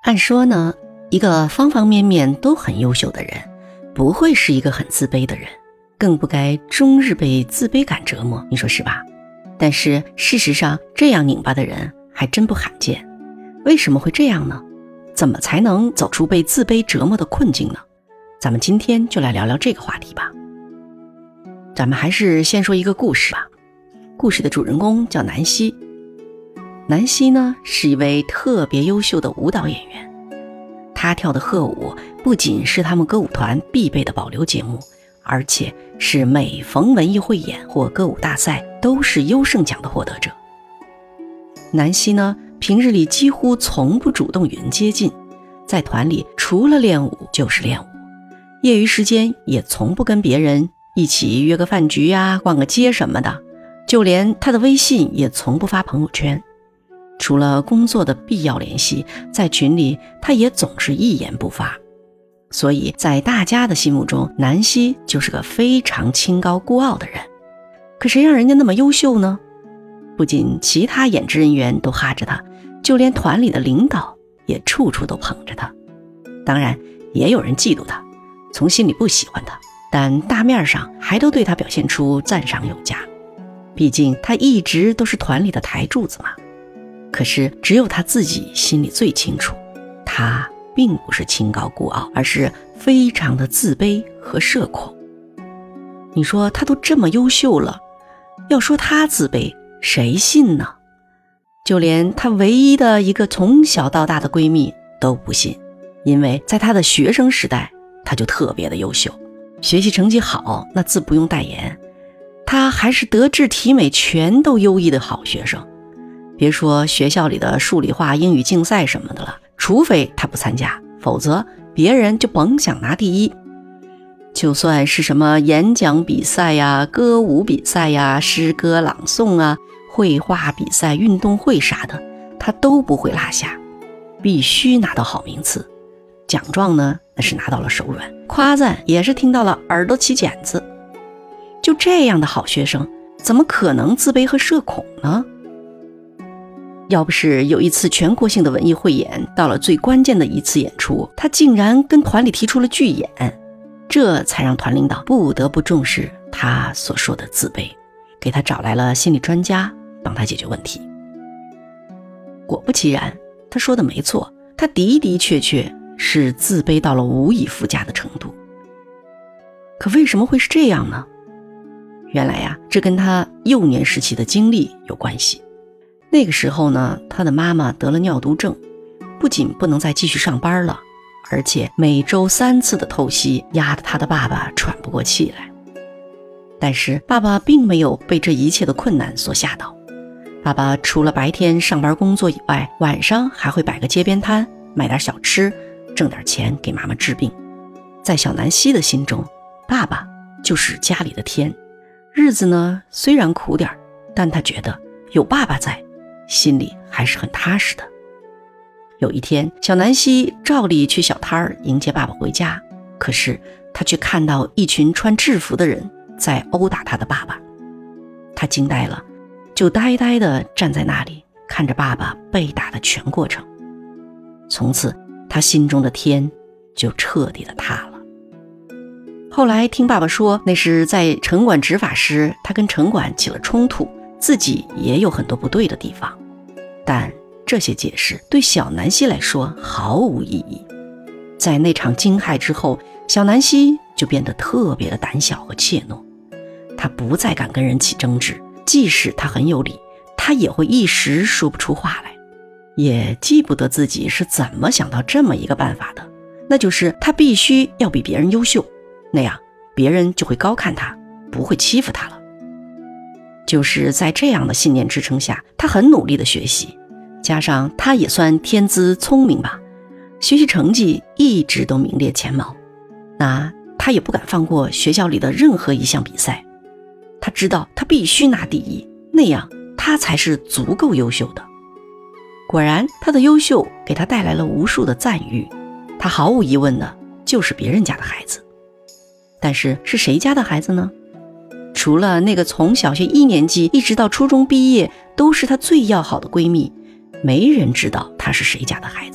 按说呢，一个方方面面都很优秀的人，不会是一个很自卑的人，更不该终日被自卑感折磨，你说是吧？但是事实上，这样拧巴的人还真不罕见。为什么会这样呢？怎么才能走出被自卑折磨的困境呢？咱们今天就来聊聊这个话题吧。咱们还是先说一个故事吧。故事的主人公叫南希。南希呢，是一位特别优秀的舞蹈演员。她跳的鹤舞不仅是他们歌舞团必备的保留节目，而且是每逢文艺汇演或歌舞大赛都是优胜奖的获得者。南希呢，平日里几乎从不主动与人接近，在团里除了练舞就是练舞，业余时间也从不跟别人一起约个饭局啊、逛个街什么的，就连他的微信也从不发朋友圈。除了工作的必要联系，在群里他也总是一言不发。所以在大家的心目中，南希就是个非常清高孤傲的人。可谁让人家那么优秀呢？不仅其他演职人员都哈着他，就连团里的领导也处处都捧着他。当然也有人嫉妒他，从心里不喜欢他，但大面上还都对他表现出赞赏有加。毕竟他一直都是团里的台柱子嘛。可是只有他自己心里最清楚，他并不是清高孤傲，而是非常的自卑和社恐。你说他都这么优秀了，要说他自卑，谁信呢？就连他唯一的一个从小到大的闺蜜都不信，因为在他的学生时代，他就特别的优秀，学习成绩好，那自不用代言。他还是德智体美全都优异的好学生。别说学校里的数理化英语竞赛什么的了，除非他不参加，否则别人就甭想拿第一。就算是什么演讲比赛呀、歌舞比赛呀、诗歌朗诵啊、绘画比赛、运动会啥的，他都不会落下，必须拿到好名次。奖状呢，那是拿到了手软，夸赞也是听到了耳朵起茧子。就这样的好学生，怎么可能自卑和社恐呢？要不是有一次全国性的文艺汇演，到了最关键的一次演出，他竟然跟团里提出了拒演，这才让团领导不得不重视他所说的自卑，给他找来了心理专家帮他解决问题。果不其然，他说的没错，他的的确确是自卑到了无以复加的程度。可为什么会是这样呢？原来呀，这跟他幼年时期的经历有关系。那个时候呢，他的妈妈得了尿毒症，不仅不能再继续上班了，而且每周3次的透析压得他的爸爸喘不过气来。但是爸爸并没有被这一切的困难所吓到，爸爸除了白天上班工作以外，晚上还会摆个街边摊，买点小吃，挣点钱给妈妈治病。在小南希的心中，爸爸就是家里的天，日子呢虽然苦点，但他觉得有爸爸在，心里还是很踏实的。有一天，小南希照例去小摊儿迎接爸爸回家，可是他却看到一群穿制服的人在殴打他的爸爸。他惊呆了，就呆呆地站在那里，看着爸爸被打的全过程。从此他心中的天就彻底的塌了。后来听爸爸说，那是在城管执法时，他跟城管起了冲突，自己也有很多不对的地方，但这些解释对小南希来说毫无意义。在那场惊骇之后，小南希就变得特别的胆小和怯懦，他不再敢跟人起争执，即使他很有理，他也会一时说不出话来，也记不得自己是怎么想到这么一个办法的，那就是他必须要比别人优秀，那样别人就会高看他，不会欺负他了。就是在这样的信念支撑下，他很努力的学习，加上他也算天资聪明吧，学习成绩一直都名列前茅。那他也不敢放过学校里的任何一项比赛，他知道他必须拿第一，那样他才是足够优秀的。果然，他的优秀给他带来了无数的赞誉，他毫无疑问的就是别人家的孩子。但是是谁家的孩子呢？除了那个从小学1年级一直到初中毕业都是她最要好的闺蜜，没人知道她是谁家的孩子。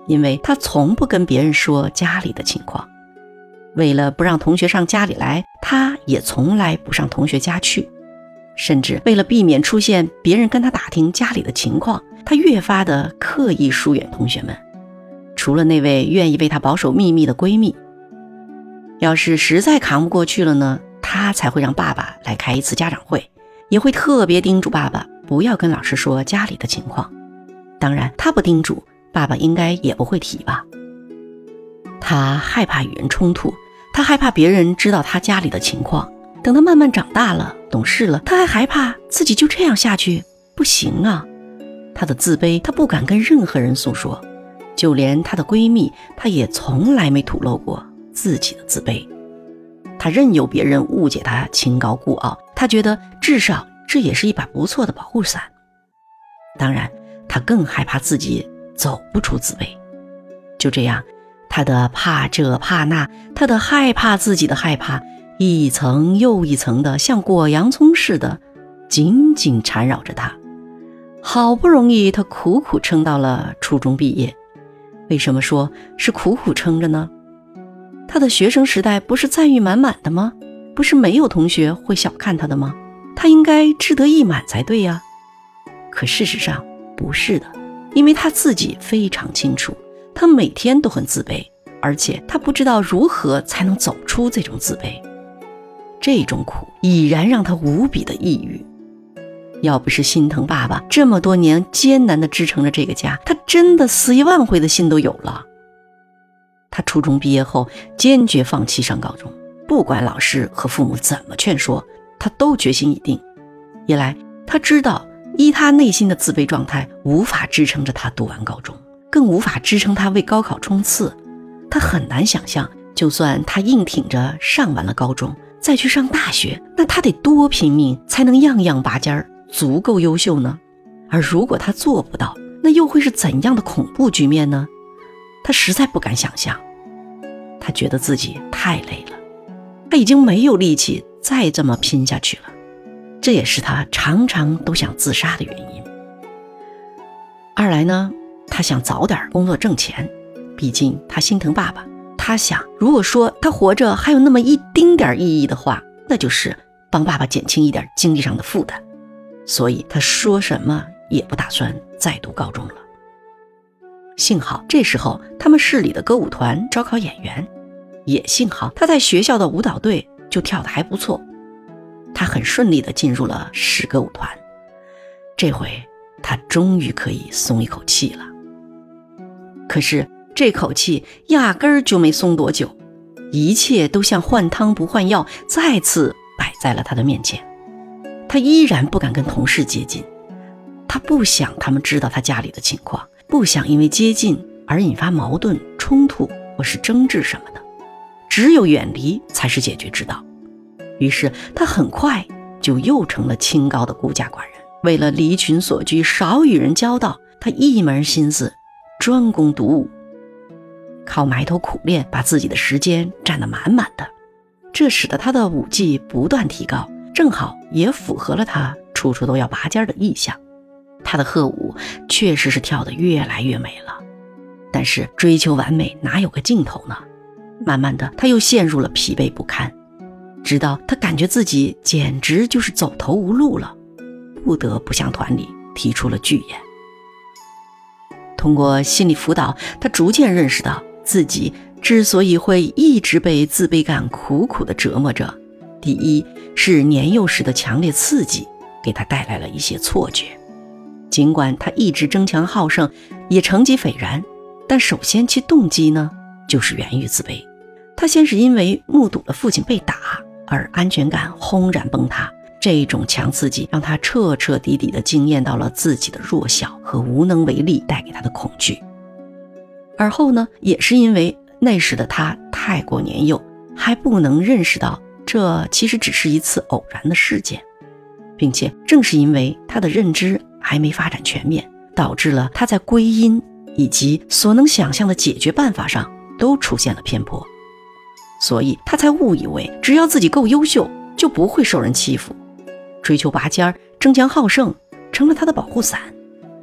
因为他从不跟别人说家里的情况。为了不让同学上家里来，他也从来不上同学家去，甚至为了避免出现别人跟他打听家里的情况，他越发的刻意疏远同学们，除了那位愿意为他保守秘密的闺蜜。要是实在扛不过去了呢，他才会让爸爸来开一次家长会，也会特别叮嘱爸爸不要跟老师说家里的情况。当然他不叮嘱，爸爸应该也不会提吧。他害怕与人冲突，他害怕别人知道他家里的情况，等他慢慢长大了懂事了，他还害怕自己就这样下去不行啊。他的自卑他不敢跟任何人诉说，就连他的闺蜜他也从来没吐露过自己的自卑。他任由别人误解他清高孤傲，他觉得至少这也是一把不错的保护伞。当然他更害怕自己走不出自卑。就这样，他的怕这怕那，他的害怕自己的害怕，一层又一层的像裹洋葱似的紧紧缠绕着他。好不容易他苦苦撑到了初中毕业。为什么说是苦苦撑着呢？他的学生时代不是赞誉满满的吗？不是没有同学会小看他的吗？他应该志得意满才对呀。可事实上不是的，因为他自己非常清楚，他每天都很自卑，而且他不知道如何才能走出这种自卑。这种苦已然让他无比的抑郁。要不是心疼爸爸这么多年艰难地支撑着这个家，他真的死一万回的心都有了。他初中毕业后坚决放弃上高中，不管老师和父母怎么劝说，他都决心已定。一来他知道依他内心的自卑状态无法支撑着他读完高中，更无法支撑他为高考冲刺。他很难想象，就算他硬挺着上完了高中再去上大学，那他得多拼命才能样样拔尖儿，足够优秀呢？而如果他做不到，那又会是怎样的恐怖局面呢？他实在不敢想象。他觉得自己太累了，他已经没有力气再这么拼下去了。这也是他常常都想自杀的原因。二来呢，他想早点工作挣钱，毕竟他心疼爸爸。他想，如果说他活着还有那么一丁点意义的话，那就是帮爸爸减轻一点经济上的负担。所以他说什么也不打算再读高中了。幸好这时候他们市里的歌舞团招考演员，也幸好他在学校的舞蹈队就跳得还不错，他很顺利地进入了市歌舞团。这回他终于可以松一口气了。可是这口气压根儿就没松多久，一切都像换汤不换药，再次摆在了他的面前。他依然不敢跟同事接近，他不想他们知道他家里的情况，不想因为接近而引发矛盾冲突或是争执什么的，只有远离才是解决之道。于是他很快就又成了清高的孤家寡人。为了离群索居，少与人交道，他一门心思专攻独舞，靠埋头苦练把自己的时间占得满满的。这使得他的舞技不断提高，正好也符合了他处处都要拔尖的意向。他的鹤舞确实是跳得越来越美了，但是追求完美哪有个尽头呢？慢慢的他又陷入了疲惫不堪，直到他感觉自己简直就是走投无路了，不得不向团里提出了拒演。通过心理辅导，他逐渐认识到自己之所以会一直被自卑感苦苦地折磨着，第一是年幼时的强烈刺激给他带来了一些错觉。尽管他一直争强好胜，也成绩斐然，但首先其动机呢，就是源于自卑。他先是因为目睹了父亲被打而安全感轰然崩塌，这种强刺激让他彻彻底底地惊艳到了自己的弱小和无能为力带给他的恐惧。而后呢，也是因为那时的他太过年幼，还不能认识到这其实只是一次偶然的事件，并且正是因为他的认知还没发展全面，导致了他在归因以及所能想象的解决办法上都出现了偏颇，所以他才误以为只要自己够优秀就不会受人欺负，追求拔尖争强好胜成了他的保护伞。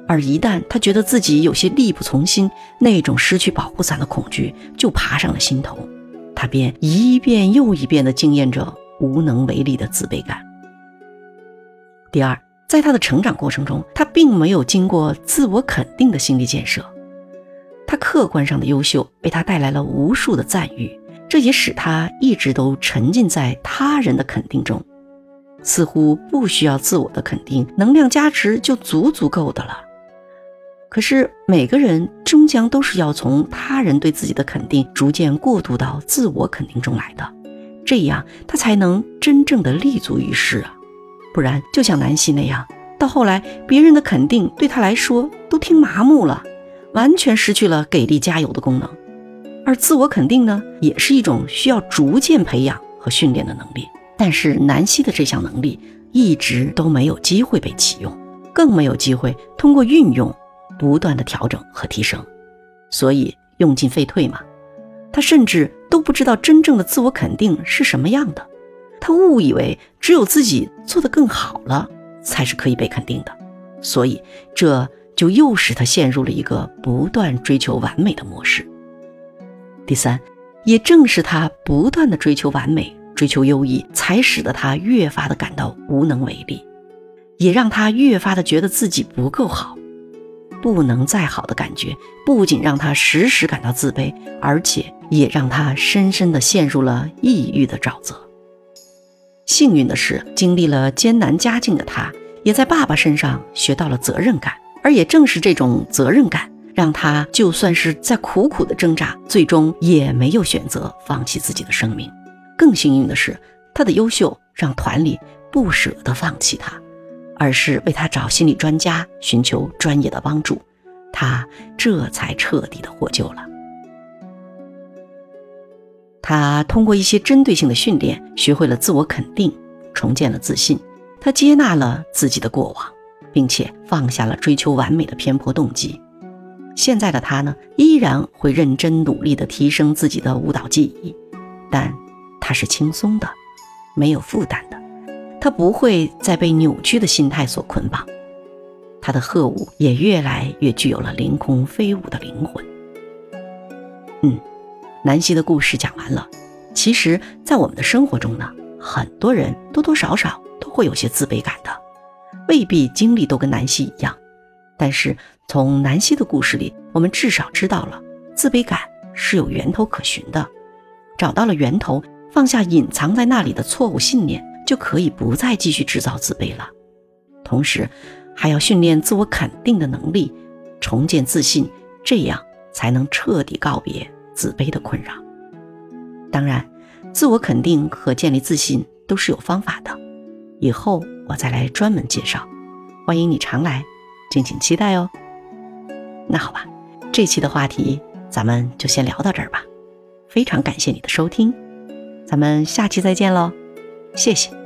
而一旦他觉得自己有些力不从心，那种失去保护伞的恐惧就爬上了心头，他便一遍又一遍地经验着无能为力的自卑感。第二，在他的成长过程中，他并没有经过自我肯定的心理建设。他客观上的优秀为他带来了无数的赞誉，这也使他一直都沉浸在他人的肯定中，似乎不需要自我的肯定，能量加持就足够的了。可是每个人终将都是要从他人对自己的肯定逐渐过渡到自我肯定中来的，这样他才能真正的立足于世啊。不然就像南希那样，到后来别人的肯定对他来说都听麻木了，完全失去了给力加油的功能。而自我肯定呢，也是一种需要逐渐培养和训练的能力，但是南希的这项能力一直都没有机会被启用，更没有机会通过运用不断的调整和提升，所以用进废退嘛。他甚至都不知道真正的自我肯定是什么样的，他误以为只有自己做得更好了才是可以被肯定的，所以这就又使他陷入了一个不断追求完美的模式。第三，也正是他不断的追求完美，追求优异，才使得他越发的感到无能为力，也让他越发的觉得自己不够好。不能再好的感觉不仅让他时时感到自卑，而且也让他深深地陷入了抑郁的沼泽。幸运的是，经历了艰难家境的他，也在爸爸身上学到了责任感，而也正是这种责任感，让他就算是在苦苦的挣扎，最终也没有选择放弃自己的生命。更幸运的是，他的优秀让团里不舍得放弃他，而是为他找心理专家，寻求专业的帮助，他这才彻底的获救了。他通过一些针对性的训练，学会了自我肯定，重建了自信。他接纳了自己的过往，并且放下了追求完美的偏颇动机。现在的他呢，依然会认真努力地提升自己的舞蹈技艺，但他是轻松的，没有负担的。他不会再被扭曲的心态所捆绑，他的鹤舞也越来越具有了凌空飞舞的灵魂。南希的故事讲完了。其实在我们的生活中呢，很多人多多少少都会有些自卑感的，未必经历都跟南希一样，但是从南希的故事里，我们至少知道了自卑感是有源头可循的，找到了源头，放下隐藏在那里的错误信念，就可以不再继续制造自卑了。同时还要训练自我肯定的能力，重建自信，这样才能彻底告别自卑的困扰。当然，自我肯定和建立自信都是有方法的，以后我再来专门介绍，欢迎你常来，敬请期待哦。那好吧，这期的话题咱们就先聊到这儿吧，非常感谢你的收听，咱们下期再见咯，谢谢。